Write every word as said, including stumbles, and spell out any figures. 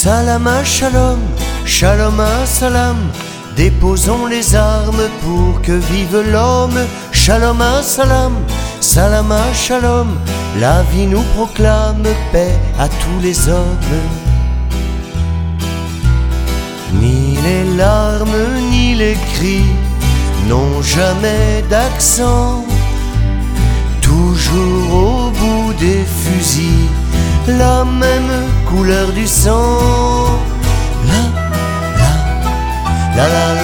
Salam à shalom, shalom à salam, déposons les armes pour que vive l'homme. Shalom à salam, salam à shalom, la vie nous proclame paix à tous les hommes. Ni les larmes ni les cris n'ont jamais d'accent. Toujours au bout des fusils, la même couleur du sang. La, la, la, la.